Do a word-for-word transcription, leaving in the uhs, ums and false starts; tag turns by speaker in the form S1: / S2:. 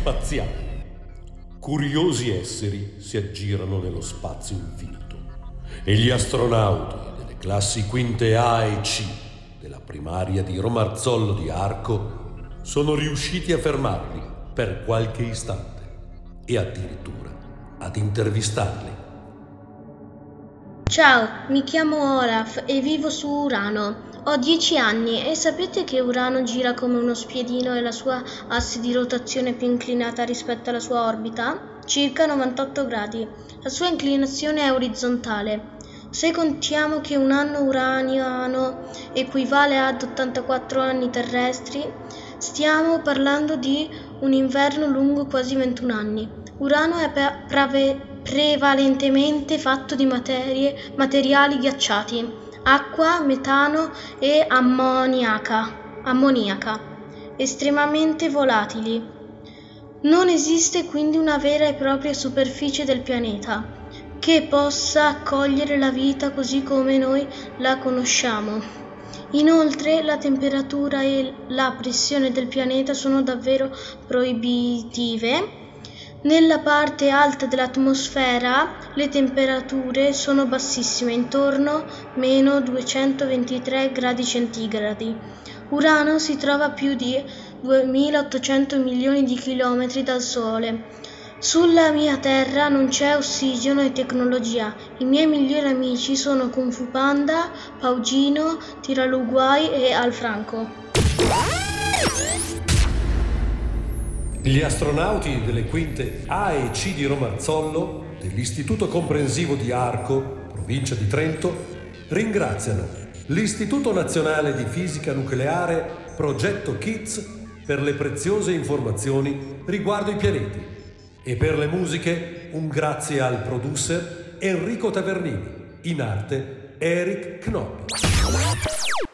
S1: spaziali. Curiosi esseri si aggirano nello spazio infinito e gli astronauti delle classi quinte A e C della primaria di Romarzollo di Arco sono riusciti a fermarli per qualche istante e addirittura ad intervistarli.
S2: Ciao, mi chiamo Olaf e vivo su Urano. Ho dieci anni e sapete che Urano gira come uno spiedino e la sua asse di rotazione è più inclinata rispetto alla sua orbita? Circa novantotto gradi. La sua inclinazione è orizzontale. Se contiamo che un anno uraniano equivale ad ottantaquattro anni terrestri, stiamo parlando di un inverno lungo quasi ventuno anni. Urano è pre- prave- prevalentemente fatto di materie, materiali ghiacciati, acqua, metano e ammoniaca, ammoniaca, estremamente volatili. Non esiste quindi una vera e propria superficie del pianeta che possa accogliere la vita così come noi la conosciamo. Inoltre la temperatura e la pressione del pianeta sono davvero proibitive. Nella parte alta dell'atmosfera le temperature sono bassissime, intorno a meno duecentoventitré gradi centigradi. Urano si trova a più di duemilaottocento milioni di chilometri dal Sole. Sulla mia terra non c'è ossigeno e tecnologia. I miei migliori amici sono Kung Fu Panda, Paugino, Tiraluguai e Al Franco.
S1: Gli astronauti delle quinte A e C di Romarzollo, dell'Istituto Comprensivo di Arco, provincia di Trento, ringraziano l'Istituto Nazionale di Fisica Nucleare Progetto Kids per le preziose informazioni riguardo i pianeti e per le musiche un grazie al producer Enrico Tavernini, in arte Eric Knoppi.